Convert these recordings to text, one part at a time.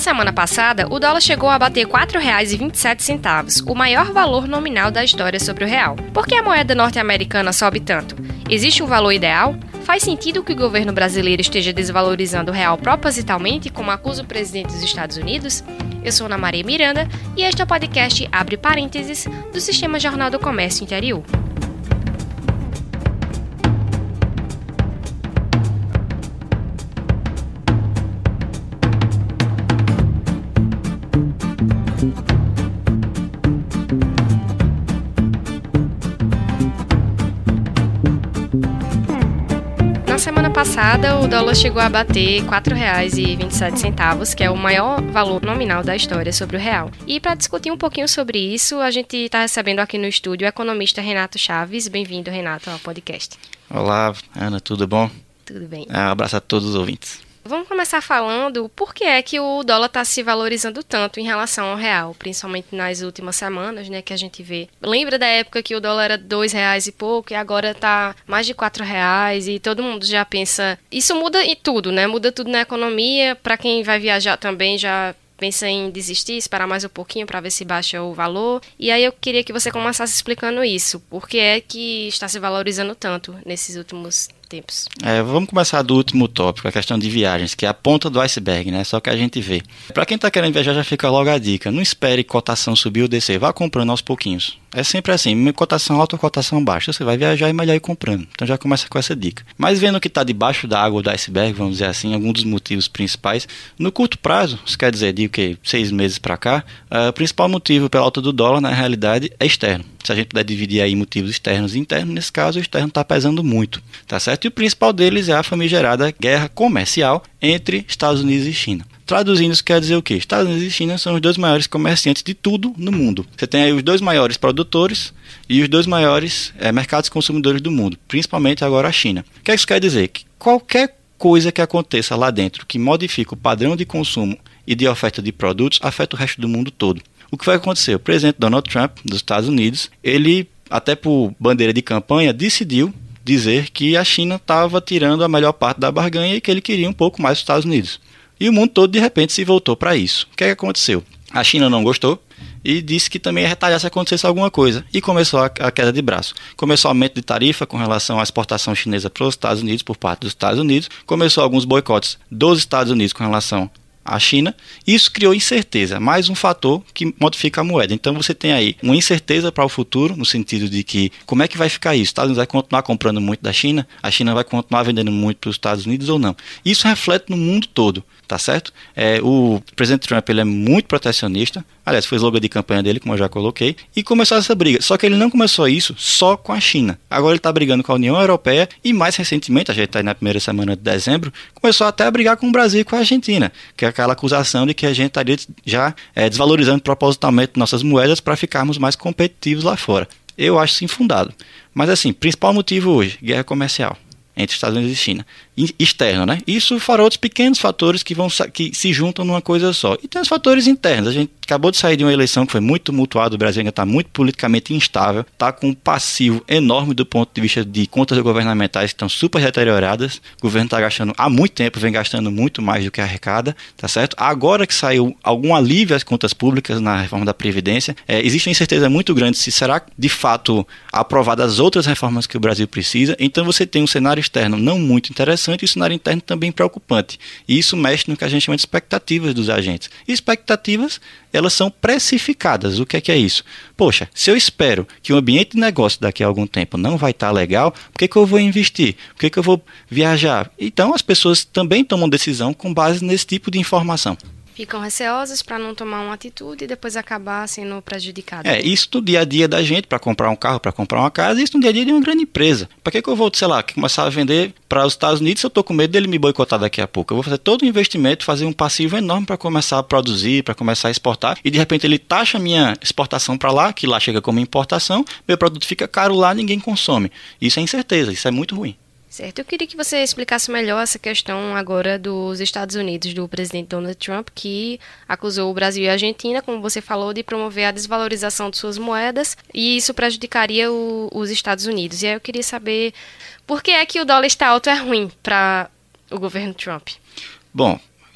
semana passada, o dólar chegou a bater R$ 4,27, o maior valor nominal da história sobre o real. Por que a moeda norte-americana sobe tanto? Existe um valor ideal? Faz sentido que o governo brasileiro esteja desvalorizando o real propositalmente, como acusa o presidente dos Estados Unidos? Eu sou Ana Maria Miranda e este é o podcast Abre Parênteses do Sistema Jornal do Comércio Interior. Na semana passada, o dólar chegou a bater R$ 4,27, que é o maior valor nominal da história sobre o real. E para discutir um pouquinho sobre isso, a gente está recebendo aqui no estúdio o economista Renato Chaves. Bem-vindo, Renato, ao podcast. Olá, Ana, tudo bom? Tudo bem. Um abraço a todos os ouvintes. Vamos começar falando por que é que o dólar está se valorizando tanto em relação ao real, principalmente nas últimas semanas, né, que a gente vê. Lembra da época que o dólar era R$2 e pouco e agora está mais de R$4 e todo mundo já pensa... Isso muda em tudo, né? Muda tudo na economia. Para quem vai viajar também já pensa em desistir, esperar mais um pouquinho para ver se baixa o valor. E aí eu queria que você começasse explicando isso. Por que é que está se valorizando tanto nesses últimos tempos? Vamos começar do último tópico, a questão de viagens, que é a ponta do iceberg, né? Só que a gente vê. Para quem está querendo viajar, já fica logo a dica. Não espere cotação subir ou descer. Vá comprando aos pouquinhos. É sempre assim, cotação alta ou cotação baixa. Você vai viajar, é melhor ir comprando. Então já começa com essa dica. Mas vendo que está debaixo da água do iceberg, vamos dizer assim, algum dos motivos principais, no curto prazo, isso quer dizer de 6 meses para cá, o principal motivo pela alta do dólar, na realidade, é externo. Se a gente puder dividir aí motivos externos e internos, nesse caso o externo está pesando muito, tá certo? E o principal deles é a famigerada guerra comercial entre Estados Unidos e China. Traduzindo, isso quer dizer o quê? Estados Unidos e China são os dois maiores comerciantes de tudo no mundo. Você tem aí os dois maiores produtores e os dois maiores mercados consumidores do mundo, principalmente agora a China. O que isso quer dizer? Que qualquer coisa que aconteça lá dentro que modifique o padrão de consumo e de oferta de produtos afeta o resto do mundo todo. O que vai acontecer? O presidente Donald Trump, dos Estados Unidos, ele, até por bandeira de campanha, decidiu dizer que a China estava tirando a melhor parte da barganha e que ele queria um pouco mais dos Estados Unidos. E o mundo todo, de repente, se voltou para isso. O que aconteceu? A China não gostou e disse que também ia retalhar se acontecesse alguma coisa. E começou a queda de braço. Começou o aumento de tarifa com relação à exportação chinesa para os Estados Unidos, por parte dos Estados Unidos. Começou alguns boicotes dos Estados Unidos com relação a China, isso criou incerteza, mais um fator que modifica a moeda. Então você tem aí uma incerteza para o futuro, no sentido de que como é que vai ficar isso? Os Estados Unidos vai continuar comprando muito da China? A China vai continuar vendendo muito para os Estados Unidos ou não? Isso reflete no mundo todo, tá certo? O presidente Trump, ele é muito protecionista, aliás, foi o slogan de campanha dele, como eu já coloquei, e começou essa briga. Só que ele não começou isso só com a China. Agora ele está brigando com a União Europeia e mais recentemente, a gente está aí na primeira semana de dezembro, começou até a brigar com o Brasil e com a Argentina, que é aquela acusação de que a gente estaria já desvalorizando propositalmente nossas moedas para ficarmos mais competitivos lá fora. Eu acho isso infundado. Mas assim, principal motivo hoje, guerra comercial entre Estados Unidos e China, externo, né? Isso fora outros pequenos fatores que se juntam numa coisa só. E tem os fatores internos. A gente acabou de sair de uma eleição que foi muito tumultuada, o Brasil ainda está muito politicamente instável, está com um passivo enorme do ponto de vista de contas governamentais que estão super deterioradas. O governo está gastando há muito tempo, vem gastando muito mais do que arrecada, tá certo? Agora que saiu algum alívio às contas públicas na reforma da Previdência, existe uma incerteza muito grande se será de fato aprovadas as outras reformas que o Brasil precisa. Então você tem um cenário externo não muito interessante e o cenário interno também preocupante. E isso mexe no que a gente chama de expectativas dos agentes. E expectativas, elas são precificadas. O que é isso? Poxa, se eu espero que o ambiente de negócio daqui a algum tempo não vai estar legal, por que eu vou investir? Por que eu vou viajar? Então as pessoas também tomam decisão com base nesse tipo de informação. Ficam receosas para não tomar uma atitude e depois acabar sendo prejudicado. Isso no dia a dia da gente, para comprar um carro, para comprar uma casa, isso no dia a dia de uma grande empresa. Para que eu vou, começar a vender para os Estados Unidos se eu estou com medo dele me boicotar daqui a pouco? Eu vou fazer todo o investimento, fazer um passivo enorme para começar a produzir, para começar a exportar, e de repente ele taxa minha exportação para lá, que lá chega como importação, meu produto fica caro lá, ninguém consome. Isso é incerteza, isso é muito ruim. Certo, eu queria que você explicasse melhor essa questão agora dos Estados Unidos, do presidente Donald Trump, que acusou o Brasil e a Argentina, como você falou, de promover a desvalorização de suas moedas, e isso prejudicaria os Estados Unidos. E aí eu queria saber por que é que o dólar está alto é ruim para o governo Trump? Bom, vamos lá.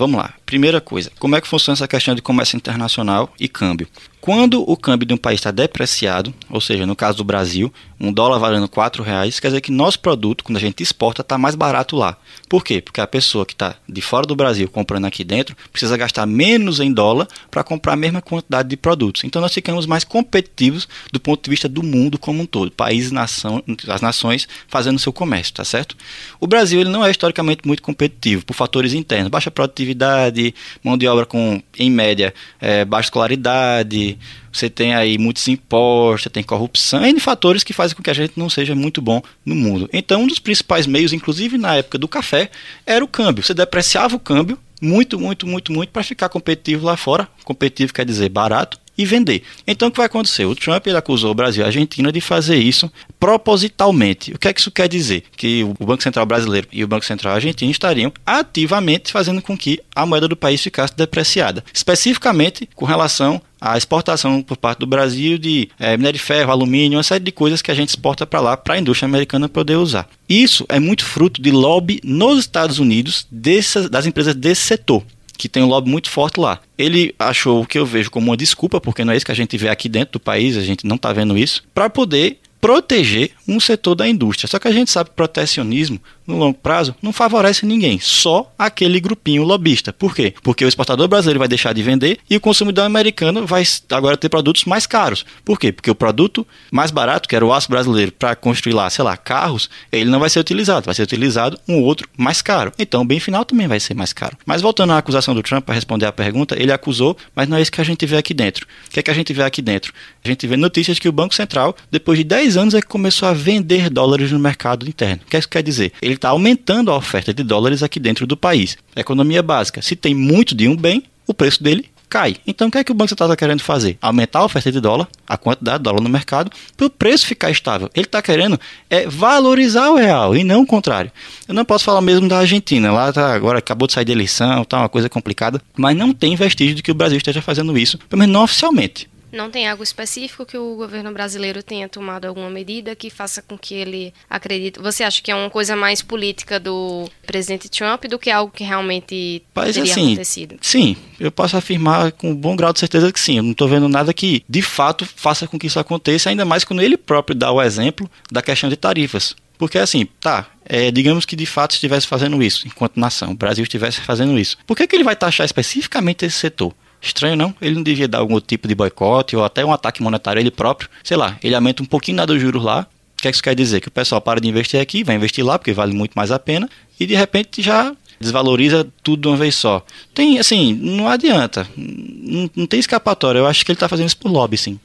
Primeira coisa, como é que funciona essa questão de comércio internacional e câmbio? Quando o câmbio de um país está depreciado, ou seja, no caso do Brasil, um dólar valendo R$4, quer dizer que nosso produto, quando a gente exporta, está mais barato lá. Por quê? Porque a pessoa que está de fora do Brasil comprando aqui dentro precisa gastar menos em dólar para comprar a mesma quantidade de produtos. Então nós ficamos mais competitivos do ponto de vista do mundo como um todo. Países, as nações fazendo seu comércio, tá certo? O Brasil ele não é historicamente muito competitivo por fatores internos. Baixa produtividade, mão de obra com, em média, baixa escolaridade. Você tem aí muitos impostos, você tem corrupção, N fatores que fazem com que a gente não seja muito bom no mundo. Então, um dos principais meios, inclusive na época do café, era o câmbio. Você depreciava o câmbio muito para ficar competitivo lá fora. Competitivo quer dizer barato. E vender. Então o que vai acontecer? O Trump ele acusou o Brasil e a Argentina de fazer isso propositalmente. O que é que isso quer dizer? Que o Banco Central brasileiro e o Banco Central argentino estariam ativamente fazendo com que a moeda do país ficasse depreciada. Especificamente com relação à exportação por parte do Brasil de minério de ferro, alumínio, uma série de coisas que a gente exporta para lá para a indústria americana poder usar. Isso é muito fruto de lobby nos Estados Unidos das empresas desse setor, que tem um lobby muito forte lá. Ele achou o que eu vejo como uma desculpa, porque não é isso que a gente vê aqui dentro do país, a gente não está vendo isso, para poder proteger um setor da indústria. Só que a gente sabe que protecionismo, no longo prazo, não favorece ninguém, só aquele grupinho lobista. Por quê? Porque o exportador brasileiro vai deixar de vender e o consumidor americano vai agora ter produtos mais caros. Por quê? Porque o produto mais barato, que era o aço brasileiro, para construir lá, sei lá, carros, ele não vai ser utilizado um outro mais caro. Então o bem final também vai ser mais caro. Mas voltando à acusação do Trump, para responder à pergunta, ele acusou, mas não é isso que a gente vê aqui dentro. O que é que a gente vê aqui dentro? A gente vê notícias que o Banco Central, depois de 10 anos, é que começou a vender dólares no mercado interno. O que isso quer dizer? Ele está aumentando a oferta de dólares aqui dentro do país. Economia básica. Se tem muito de um bem, o preço dele cai. Então o que é que o Banco Central está querendo fazer? Aumentar a oferta de dólar, a quantidade de dólar no mercado, para o preço ficar estável. Ele está querendo valorizar o real e não o contrário. Eu não posso falar mesmo da Argentina. Lá agora acabou de sair de eleição, tá uma coisa complicada, mas não tem vestígio de que o Brasil esteja fazendo isso, pelo menos não oficialmente. Não tem algo específico que o governo brasileiro tenha tomado alguma medida que faça com que ele acredite? Você acha que é uma coisa mais política do presidente Trump do que algo que realmente teria acontecido? Sim, eu posso afirmar com um bom grau de certeza que sim. Eu não estou vendo nada que, de fato, faça com que isso aconteça, ainda mais quando ele próprio dá o exemplo da questão de tarifas. Porque assim, digamos que de fato estivesse fazendo isso, enquanto nação, o Brasil estivesse fazendo isso. Por que ele vai taxar especificamente esse setor? Estranho, não? Ele não devia dar algum tipo de boicote ou até um ataque monetário ele próprio. Sei lá, ele aumenta um pouquinho nada os juros lá. O que é que isso quer dizer? Que o pessoal para de investir aqui, vai investir lá porque vale muito mais a pena e de repente já desvaloriza tudo de uma vez só. Tem, assim, não adianta. Não tem escapatória. Eu acho que ele está fazendo isso por lobby, sim.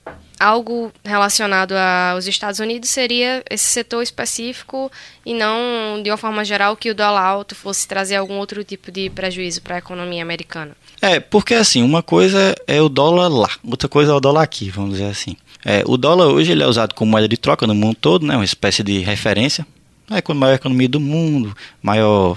Algo relacionado aos Estados Unidos seria esse setor específico e não, de uma forma geral, que o dólar alto fosse trazer algum outro tipo de prejuízo para a economia americana. Porque assim, uma coisa é o dólar lá, outra coisa é o dólar aqui, vamos dizer assim. O dólar hoje ele é usado como moeda de troca no mundo todo, né, uma espécie de referência. A maior economia do mundo, maior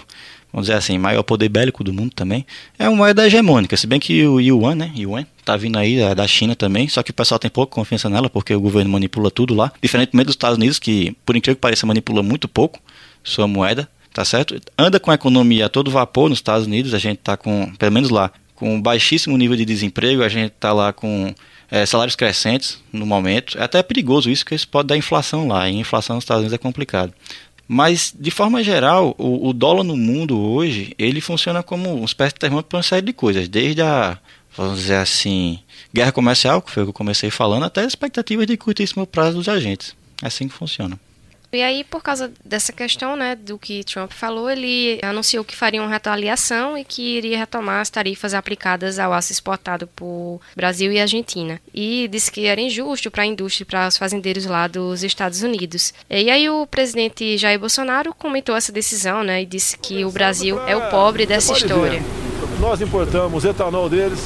poder bélico do mundo também. É uma moeda hegemônica, se bem que o Yuan, tá vindo aí da China também, só que o pessoal tem pouca confiança nela porque o governo manipula tudo lá, diferentemente dos Estados Unidos, que por incrível que pareça manipula muito pouco sua moeda, tá certo? Anda com a economia a todo vapor nos Estados Unidos, a gente tá com, pelo menos lá, com baixíssimo nível de desemprego, a gente tá lá com salários crescentes no momento. É até perigoso isso, porque isso pode dar inflação lá, e inflação nos Estados Unidos é complicado. Mas, de forma geral, o dólar no mundo hoje, ele funciona como uma espécie de termômetro para uma série de coisas, desde a, vamos dizer assim, guerra comercial, que foi o que eu comecei falando, até as expectativas de curtíssimo prazo dos agentes. É assim que funciona. E aí, por causa dessa questão, né, do que Trump falou, ele anunciou que faria uma retaliação e que iria retomar as tarifas aplicadas ao aço exportado por Brasil e Argentina. E disse que era injusto para a indústria e para os fazendeiros lá dos Estados Unidos. E aí o presidente Jair Bolsonaro comentou essa decisão, né, e disse que o Brasil é o pobre dessa história. Nós importamos etanol deles,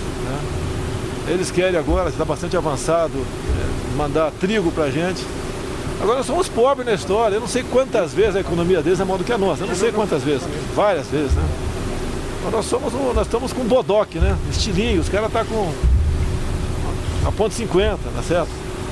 né? Eles querem agora, está bastante avançado, mandar trigo para a gente. Agora nós somos pobres na história, eu não sei quantas vezes a economia deles é maior do que a nossa, eu não sei quantas vezes, várias vezes, né? Mas nós estamos com bodoque, né? Estilingue, os caras estão com a ponto 50, tá certo?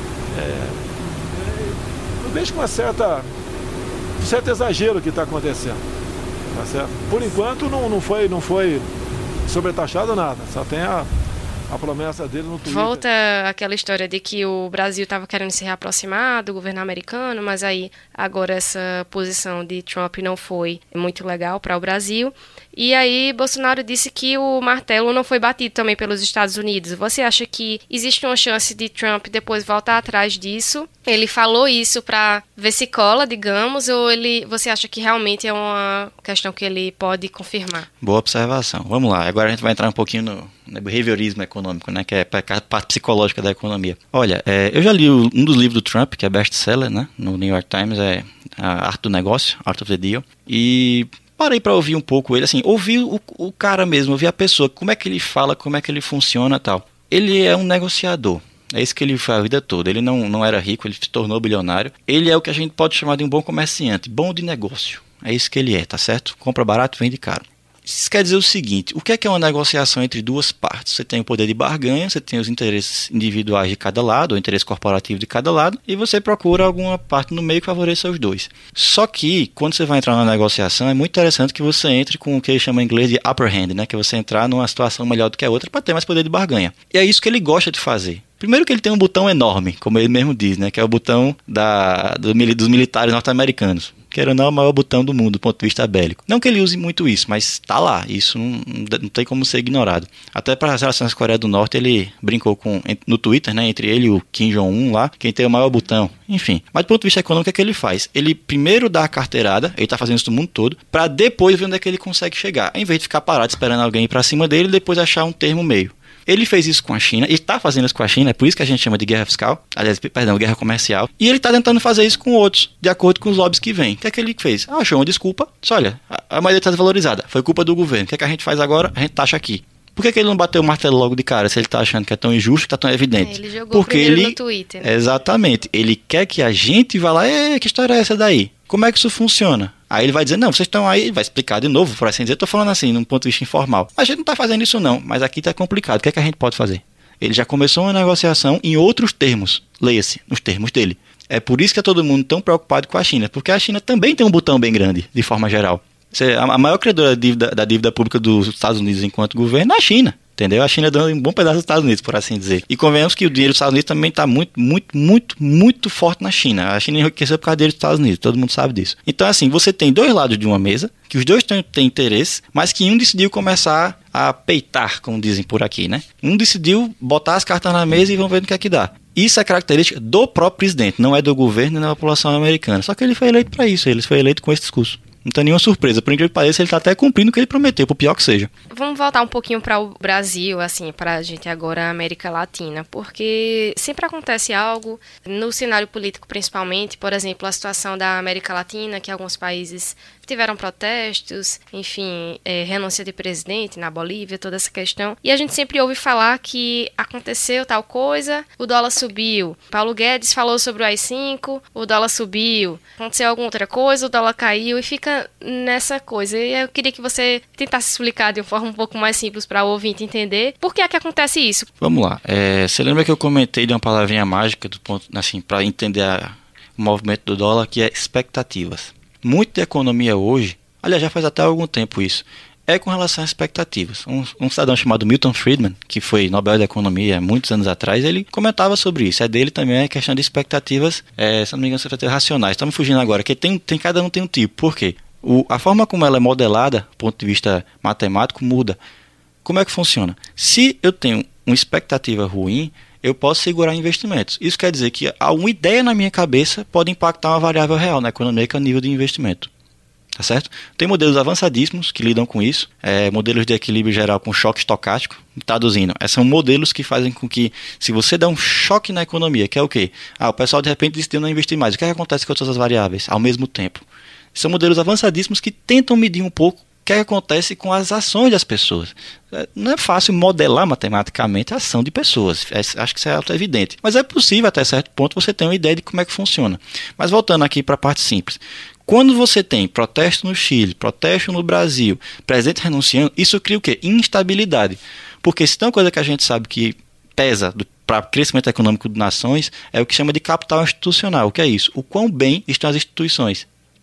Eu vejo com um certo exagero que está acontecendo, tá certo? Por enquanto não foi sobretaxado nada, só tem a promessa dele no Twitter. Volta aquela história de que o Brasil estava querendo se reaproximar do governo americano, mas aí agora essa posição de Trump não foi muito legal para o Brasil. E aí Bolsonaro disse que o martelo não foi batido também pelos Estados Unidos. Você acha que existe uma chance de Trump depois voltar atrás disso? Ele falou isso para ver se cola, digamos, ou você acha que realmente é uma questão que ele pode confirmar? Boa observação. Vamos lá, agora a gente vai entrar um pouquinho no behaviorismo econômico, né, que é a parte psicológica da economia. Olha, eu já li um dos livros do Trump, que é best-seller, né, no New York Times, é A Arte do Negócio, Art of the Deal, e parei para ouvir um pouco ele, assim, ouvir o cara mesmo, ouvir a pessoa, como é que ele fala, como é que ele funciona e tal. Ele é um negociador. É isso que ele faz a vida toda. Ele não era rico, ele se tornou bilionário. Ele é o que a gente pode chamar de um bom comerciante, bom de negócio. É isso que ele é, tá certo? Compra barato, vende caro. Isso quer dizer o seguinte, o que é uma negociação entre duas partes? Você tem o poder de barganha, você tem os interesses individuais de cada lado, o interesse corporativo de cada lado, e você procura alguma parte no meio que favoreça os dois. Só que, quando você vai entrar na negociação, é muito interessante que você entre com o que ele chama em inglês de upper hand, né? Que é você entrar numa situação melhor do que a outra para ter mais poder de barganha. E é isso que ele gosta de fazer. Primeiro que ele tem um botão enorme, como ele mesmo diz, né? Que é o botão dos militares norte-americanos. Que era o maior botão do mundo do ponto de vista bélico. Não que ele use muito isso, mas está lá. Isso não tem como ser ignorado. Até para as relações com a Coreia do Norte, ele brincou no Twitter, né, entre ele e o Kim Jong-un lá, quem tem o maior botão. Enfim. Mas do ponto de vista econômico, o que é que ele faz? Ele primeiro dá a carteirada, ele está fazendo isso no mundo todo, para depois ver onde é que ele consegue chegar. Ao invés de ficar parado esperando alguém ir para cima dele, depois achar um termo meio. Ele fez isso com a China, e está fazendo isso com a China, é por isso que a gente chama de guerra fiscal, guerra comercial, e ele está tentando fazer isso com outros, de acordo com os lobbies que vêm. O que é que ele fez? Achou uma desculpa, disse, olha, a maioria está desvalorizada, foi culpa do governo, o que é que a gente faz agora? A gente taxa aqui. Por que ele não bateu o martelo logo de cara, se ele está achando que é tão injusto, que está tão evidente? Ele jogou primeiro no Twitter. Exatamente, ele quer que a gente vá lá, que história é essa daí? Como é que isso funciona? Aí ele vai dizer, não, vocês estão aí, vai explicar de novo, por assim dizer, eu estou falando assim, num ponto de vista informal. A gente não está fazendo isso não, mas aqui está complicado, o que é que a gente pode fazer? Ele já começou uma negociação em outros termos, leia-se, nos termos dele. É por isso que é todo mundo tão preocupado com a China, porque a China também tem um botão bem grande, de forma geral. A maior credora da dívida pública dos Estados Unidos enquanto governo é a China. Entendeu? A China dando um bom pedaço dos Estados Unidos, por assim dizer. E convenhamos que o dinheiro dos Estados Unidos também está muito forte na China. A China enriqueceu por causa do dinheiro dos Estados Unidos, todo mundo sabe disso. Então, assim, você tem dois lados de uma mesa, que os dois têm interesse, mas que um decidiu começar a peitar, como dizem por aqui, né? Um decidiu botar as cartas na mesa e vamos ver no que é que dá. Isso é característica do próprio presidente, não é do governo nem da população americana. Só que ele foi eleito para isso, ele foi eleito com esse discurso. Não tem nenhuma surpresa. Por incrível que pareça, ele está até cumprindo o que ele prometeu, por pior que seja. Vamos voltar um pouquinho para o Brasil, assim, para a gente agora, a América Latina, porque sempre acontece algo no cenário político, principalmente, por exemplo, a situação da América Latina, que alguns países tiveram protestos, enfim, renúncia de presidente na Bolívia, toda essa questão. E a gente sempre ouve falar que aconteceu tal coisa, o dólar subiu. Paulo Guedes falou sobre o AI-5, o dólar subiu. Aconteceu alguma outra coisa, o dólar caiu e fica nessa coisa. E eu queria que você tentasse explicar de uma forma um pouco mais simples para o ouvinte entender por que é que acontece isso. Vamos lá. Você lembra que eu comentei de uma palavrinha mágica do ponto, assim, para entender o movimento do dólar, que é expectativas. Muito da economia hoje, aliás, já faz até algum tempo isso, é com relação às expectativas. Um cidadão chamado Milton Friedman, que foi Nobel da Economia há muitos anos atrás, ele comentava sobre isso. É dele também a questão de expectativas, se não me engano, expectativas racionais. Estamos fugindo agora, que cada um tem um tipo. Por quê? A forma como ela é modelada, do ponto de vista matemático, muda. Como é que funciona? Se eu tenho uma expectativa ruim, eu posso segurar investimentos. Isso quer dizer que uma ideia na minha cabeça pode impactar uma variável real na economia, que é o nível de investimento. Tá certo? Tem modelos avançadíssimos que lidam com isso, modelos de equilíbrio geral com choque estocástico, traduzindo. São modelos que fazem com que, se você der um choque na economia, que é o quê? O pessoal de repente decidiu não investir mais. O que acontece com todas as variáveis ao mesmo tempo? São modelos avançadíssimos que tentam medir um pouco o que acontece com as ações das pessoas. Não é fácil modelar matematicamente a ação de pessoas, acho que isso é auto-evidente, mas é possível até certo ponto você ter uma ideia de como é que funciona. Mas voltando aqui para a parte simples, quando você tem protesto no Chile, protesto no Brasil, presidente renunciando, isso cria o quê? Instabilidade, porque se tem uma coisa que a gente sabe que pesa para o crescimento econômico de nações, é o que chama de capital institucional. O que é isso? O quão bem estão as instituições.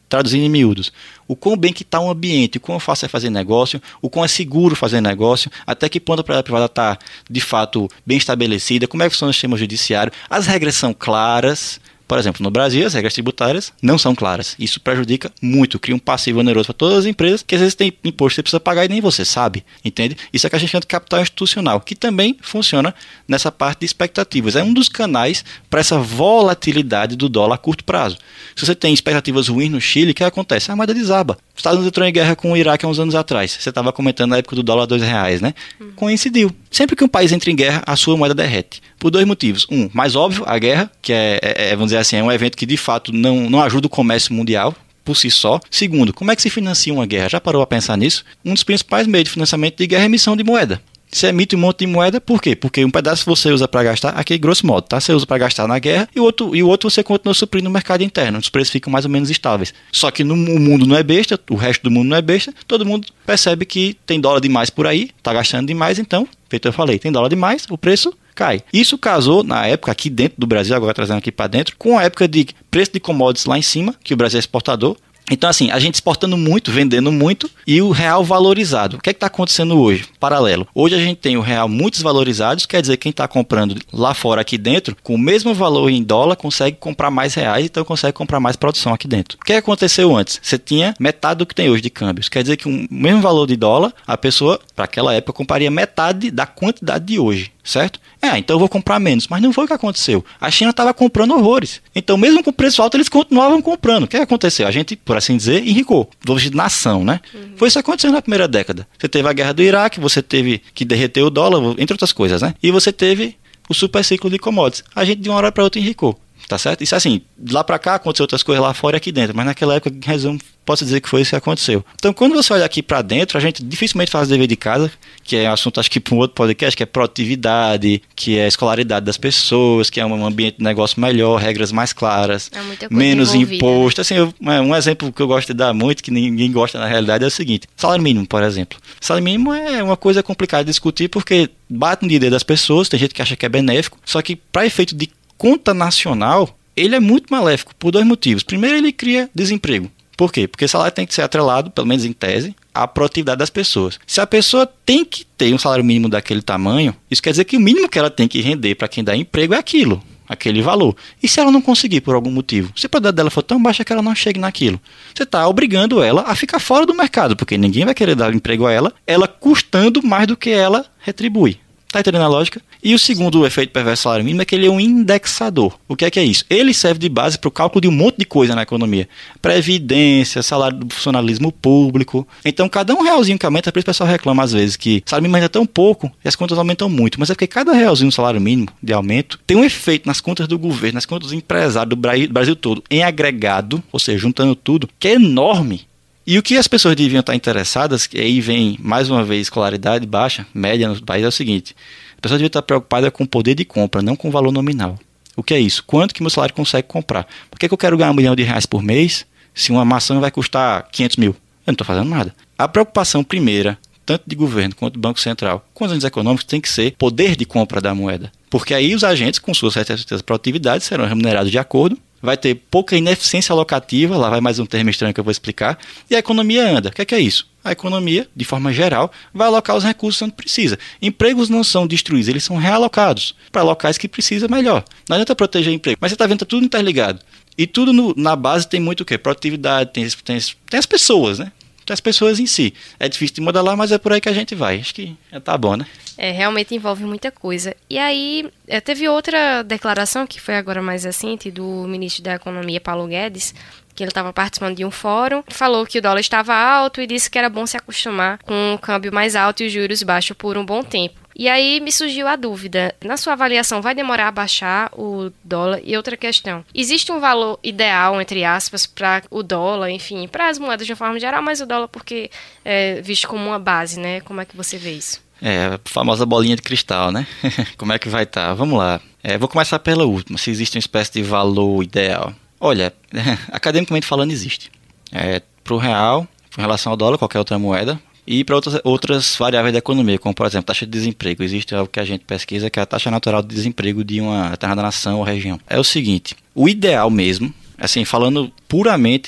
traduzindo em miúdos, o quão bem que está o ambiente, o quão fácil é fazer negócio, o quão é seguro fazer negócio, até que ponto a propriedade privada está, de fato, bem estabelecida, como é que funciona o sistema judiciário, as regras são claras. Por exemplo, no Brasil, as regras tributárias não são claras. Isso prejudica muito, cria um passivo oneroso para todas as empresas, que às vezes tem imposto que você precisa pagar e nem você sabe, entende? Isso é que a gente chama de capital institucional, que também funciona nessa parte de expectativas. É um dos canais para essa volatilidade do dólar a curto prazo. Se você tem expectativas ruins no Chile, o que acontece? A moeda desaba. Os Estados Unidos entrou em guerra com o Iraque há uns anos atrás. Você estava comentando na época do dólar R$2, né? Coincidiu. Sempre que um país entra em guerra, a sua moeda derrete. Por dois motivos. Um, mais óbvio, a guerra, que vamos dizer assim, é um evento que de fato não ajuda o comércio mundial por si só. Segundo, como é que se financia uma guerra? Já parou a pensar nisso? Um dos principais meios de financiamento de guerra é emissão de moeda. Você emite um monte de moeda, por quê? Porque um pedaço você usa para gastar, aqui grosso modo, tá? Você usa para gastar na guerra e o outro você continua suprindo no mercado interno. Os preços ficam mais ou menos estáveis. Só que o mundo não é besta, o resto do mundo não é besta, todo mundo percebe que tem dólar demais por aí, tá gastando demais, então, feito eu falei, tem dólar demais, o preço cai. Isso casou, na época, aqui dentro do Brasil, agora trazendo aqui para dentro, com a época de preço de commodities lá em cima, que o Brasil é exportador. Então, assim, a gente exportando muito, vendendo muito e o real valorizado. O que é que está acontecendo hoje? Paralelo. Hoje a gente tem o real muito desvalorizado, isso quer dizer que quem está comprando lá fora, aqui dentro, com o mesmo valor em dólar, consegue comprar mais reais, então consegue comprar mais produção aqui dentro. O que aconteceu antes? Você tinha metade do que tem hoje de câmbios. Quer dizer que o mesmo valor de dólar, a pessoa, para aquela época, compraria metade da quantidade de hoje. Certo? Então eu vou comprar menos. Mas não foi o que aconteceu. A China estava comprando horrores. Então, mesmo com preço alto, eles continuavam comprando. O que aconteceu? A gente, por assim dizer, enricou. Hoje de nação, né? Foi isso que aconteceu na primeira década. Você teve a guerra do Iraque, você teve que derreter o dólar, entre outras coisas, né? E você teve o super ciclo de commodities. A gente, de uma hora para outra, enricou. Tá certo? Isso assim, de lá para cá aconteceu outras coisas lá fora e aqui dentro, mas naquela época, em resumo, posso dizer que foi isso que aconteceu. Então, quando você olha aqui para dentro, a gente dificilmente faz o dever de casa, que é um assunto, acho que para um outro podcast, que é produtividade, que é escolaridade das pessoas, que é um ambiente de negócio melhor, regras mais claras, menos imposto. Assim, um exemplo que eu gosto de dar muito, que ninguém gosta na realidade, é o seguinte: salário mínimo, por exemplo. Salário mínimo é uma coisa complicada de discutir, porque bate no dia das pessoas, tem gente que acha que é benéfico, só que para efeito de conta nacional, ele é muito maléfico por dois motivos. Primeiro, ele cria desemprego. Por quê? Porque o salário tem que ser atrelado, pelo menos em tese, à produtividade das pessoas. Se a pessoa tem que ter um salário mínimo daquele tamanho, isso quer dizer que o mínimo que ela tem que render para quem dá emprego é aquilo, aquele valor. E se ela não conseguir por algum motivo? Se a produtividade dela for tão baixa que ela não chegue naquilo, você está obrigando ela a ficar fora do mercado, porque ninguém vai querer dar emprego a ela custando mais do que ela retribui. Tá entendendo a lógica? E o segundo efeito perverso do salário mínimo é que ele é um indexador. O que é isso? Ele serve de base para o cálculo de um monte de coisa na economia. Previdência, salário do funcionalismo público. Então, cada um realzinho que aumenta, por isso o pessoal reclama às vezes que o salário mínimo aumenta tão pouco e as contas aumentam muito. Mas é porque cada realzinho do salário mínimo de aumento tem um efeito nas contas do governo, nas contas dos empresários do Brasil todo, em agregado, ou seja, juntando tudo, que é enorme. E o que as pessoas deviam estar interessadas, que aí vem mais uma vez escolaridade baixa, média no país, é o seguinte: a pessoa devia estar preocupada com o poder de compra, não com o valor nominal. O que é isso? Quanto que meu salário consegue comprar? Por que eu quero ganhar R$1 milhão por mês se uma maçã vai custar 500 mil? Eu não estou fazendo nada. A preocupação primeira, tanto de governo quanto do Banco Central, com os agentes econômicos, tem que ser poder de compra da moeda. Porque aí os agentes, com suas certezas produtividades, serão remunerados de acordo. Vai ter pouca ineficiência alocativa, lá vai mais um termo estranho que eu vou explicar, e a economia anda. O que é isso? A economia, de forma geral, vai alocar os recursos onde precisa. Empregos não são destruídos, eles são realocados para locais que precisa melhor. Não adianta proteger emprego, mas você está vendo, está tudo interligado. E tudo na base tem muito o quê? Produtividade, tem as pessoas, né? Tem as pessoas em si. É difícil de modelar, mas é por aí que a gente vai. Acho que tá bom, né? Realmente envolve muita coisa. E aí, teve outra declaração, que foi agora mais recente, do ministro da Economia, Paulo Guedes, que ele estava participando de um fórum, falou que o dólar estava alto e disse que era bom se acostumar com o câmbio mais alto e os juros baixos por um bom tempo. E aí me surgiu a dúvida, na sua avaliação, vai demorar a baixar o dólar? E outra questão, existe um valor ideal, entre aspas, para o dólar, enfim, para as moedas de uma forma geral, mas o dólar porque é visto como uma base, né? Como é que você vê isso? A famosa bolinha de cristal, né? Como é que vai estar? Vamos lá. Vou começar pela última, se existe uma espécie de valor ideal. Olha, academicamente falando, existe. Para o real, em relação ao dólar, qualquer outra moeda, e para outras variáveis da economia, como, por exemplo, taxa de desemprego. Existe algo que a gente pesquisa, que é a taxa natural de desemprego de uma determinada nação ou região. É o seguinte, o ideal mesmo, assim, falando puramente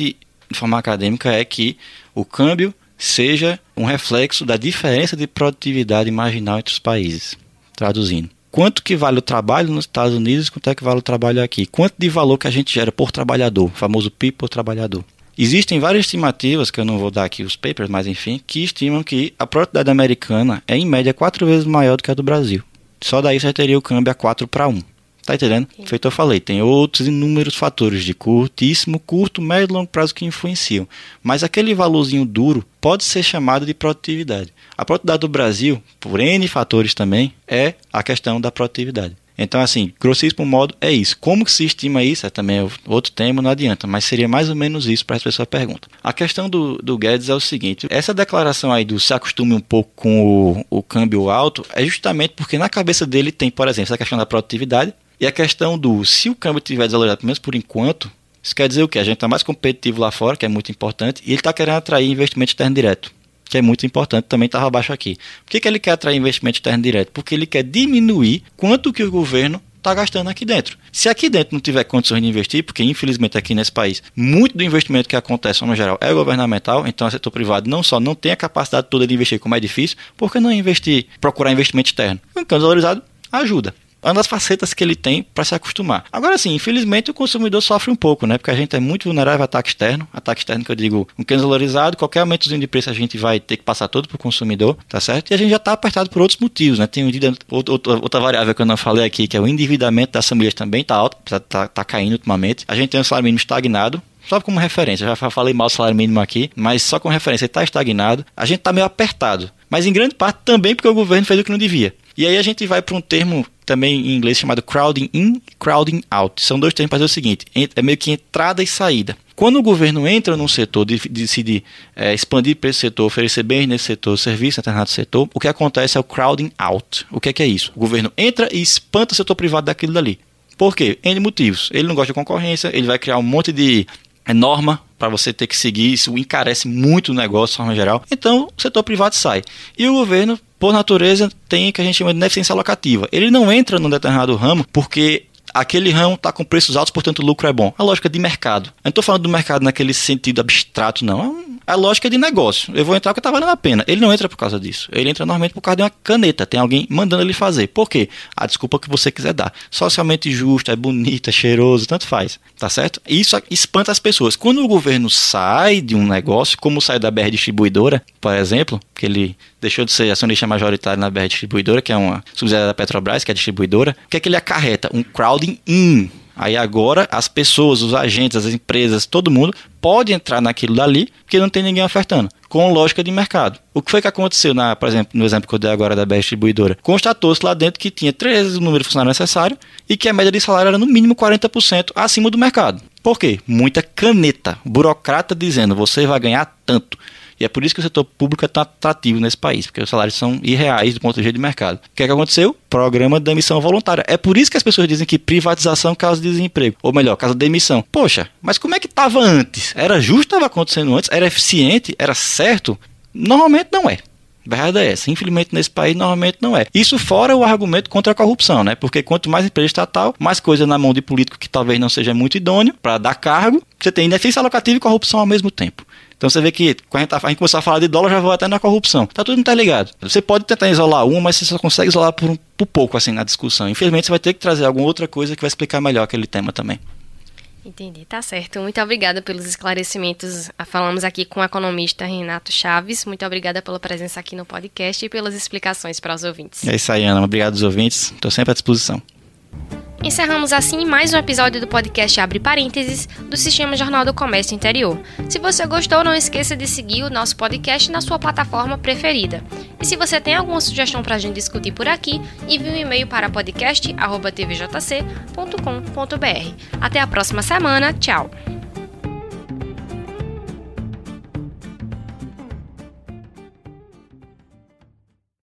de forma acadêmica, é que o câmbio seja um reflexo da diferença de produtividade marginal entre os países. Traduzindo, quanto que vale o trabalho nos Estados Unidos, quanto é que vale o trabalho aqui? Quanto de valor que a gente gera por trabalhador, o famoso PIB por trabalhador. Existem várias estimativas, que eu não vou dar aqui os papers, mas enfim, que estimam que a produtividade americana é em média 4 vezes maior do que a do Brasil. Só daí você teria o câmbio a 4:1. Tá entendendo? Sim. Feito eu falei, tem outros inúmeros fatores de curto, médio e longo prazo que influenciam. Mas aquele valorzinho duro pode ser chamado de produtividade. A produtividade do Brasil, por N fatores também, é a questão da produtividade. Então, assim, grossíssimo modo, é isso. Como que se estima isso? É também outro tema, não adianta, mas seria mais ou menos isso para as pessoas perguntam. A questão do Guedes é o seguinte, essa declaração aí do se acostume um pouco com o câmbio alto, é justamente porque na cabeça dele tem, por exemplo, essa questão da produtividade e a questão do, se o câmbio estiver desvalorizado, pelo menos por enquanto, isso quer dizer o quê? A gente está mais competitivo lá fora, que é muito importante, e ele está querendo atrair investimento externo direto, que é muito importante, também estava abaixo aqui. Por que ele quer atrair investimento externo direto? Porque ele quer diminuir quanto que o governo está gastando aqui dentro. Se aqui dentro não tiver condições de investir, porque infelizmente aqui nesse país, muito do investimento que acontece no geral é governamental, então o setor privado não só não tem a capacidade toda de investir, como é difícil, por que não procurar investimento externo? O câmbio valorizado ajuda. Uma das facetas que ele tem para se acostumar. Agora sim, infelizmente o consumidor sofre um pouco, né? Porque a gente é muito vulnerável a ataque externo que eu digo, um câmbio valorizado, qualquer aumentozinho de preço a gente vai ter que passar todo para o consumidor, tá certo? E a gente já está apertado por outros motivos, né? Tem outra variável que eu não falei aqui, que é o endividamento das famílias também está alto, tá caindo ultimamente. A gente tem um salário mínimo estagnado, só como referência, já falei mal do salário mínimo aqui, mas só como referência, ele está estagnado, a gente está meio apertado, mas em grande parte também porque o governo fez o que não devia. E aí a gente vai para um termo também em inglês chamado crowding in, crowding out. São dois termos para dizer o seguinte, é meio que entrada e saída. Quando o governo entra num setor, decide expandir para esse setor, oferecer bens nesse setor, serviço em determinado setor, o que acontece é o crowding out. O que é isso? O governo entra e espanta o setor privado daquilo dali. Por quê? N motivos. Ele não gosta de concorrência, ele vai criar um monte de norma para você ter que seguir, isso encarece muito o negócio de forma geral. Então, o setor privado sai. E o governo, por natureza, tem o que a gente chama de ineficiência alocativa. Ele não entra num determinado ramo porque aquele ramo está com preços altos, portanto o lucro é bom. A lógica de mercado. Eu não estou falando do mercado naquele sentido abstrato, não. É a lógica de negócio. Eu vou entrar porque está valendo a pena. Ele não entra por causa disso. Ele entra normalmente por causa de uma caneta. Tem alguém mandando ele fazer. Por quê? A desculpa que você quiser dar. Socialmente justo, é bonito, é cheiroso, tanto faz. Tá certo? Isso espanta as pessoas. Quando o governo sai de um negócio, como saiu da BR Distribuidora, por exemplo, que ele deixou de ser acionista majoritário na BR Distribuidora, que é uma subsidiária da Petrobras, que é a distribuidora, o que é que ele acarreta? Um crowding in. Aí agora as pessoas, os agentes, as empresas, todo mundo pode entrar naquilo dali, porque não tem ninguém ofertando, com lógica de mercado. O que foi que aconteceu, por exemplo, no exemplo que eu dei agora da BR Distribuidora? Constatou-se lá dentro que tinha 3 vezes o número de funcionários necessário e que a média de salário era no mínimo 40% acima do mercado. Por quê? Muita caneta, burocrata dizendo, você vai ganhar tanto. E é por isso que o setor público é tão atrativo nesse país, porque os salários são irreais do ponto de vista de mercado. O que é que aconteceu? Programa de demissão voluntária. É por isso que as pessoas dizem que privatização causa desemprego. Ou melhor, causa demissão. Poxa, mas como é que estava antes? Era justo, estava acontecendo antes? Era eficiente? Era certo? Normalmente não é. A verdade é essa. Infelizmente nesse país normalmente não é. Isso fora o argumento contra a corrupção, né? Porque quanto mais empresa estatal, mais coisa na mão de político que talvez não seja muito idôneo para dar cargo, você tem ineficiência alocativa e corrupção ao mesmo tempo. Então você vê que quando a gente começar a falar de dólar, já vou até na corrupção. Tá tudo interligado. Você pode tentar isolar uma, mas você só consegue isolar por pouco assim na discussão. Infelizmente você vai ter que trazer alguma outra coisa que vai explicar melhor aquele tema também. Entendi, tá certo. Muito obrigada pelos esclarecimentos. Falamos aqui com o economista Renato Chaves. Muito obrigada pela presença aqui no podcast e pelas explicações para os ouvintes. É isso aí, Ana. Obrigado aos ouvintes. Estou sempre à disposição. Encerramos assim mais um episódio do podcast Abre Parênteses do Sistema Jornal do Comércio Interior. Se você gostou, não esqueça de seguir o nosso podcast na sua plataforma preferida. E se você tem alguma sugestão para a gente discutir por aqui, envie um e-mail para podcast@tvjc.com.br. Até a próxima semana. Tchau!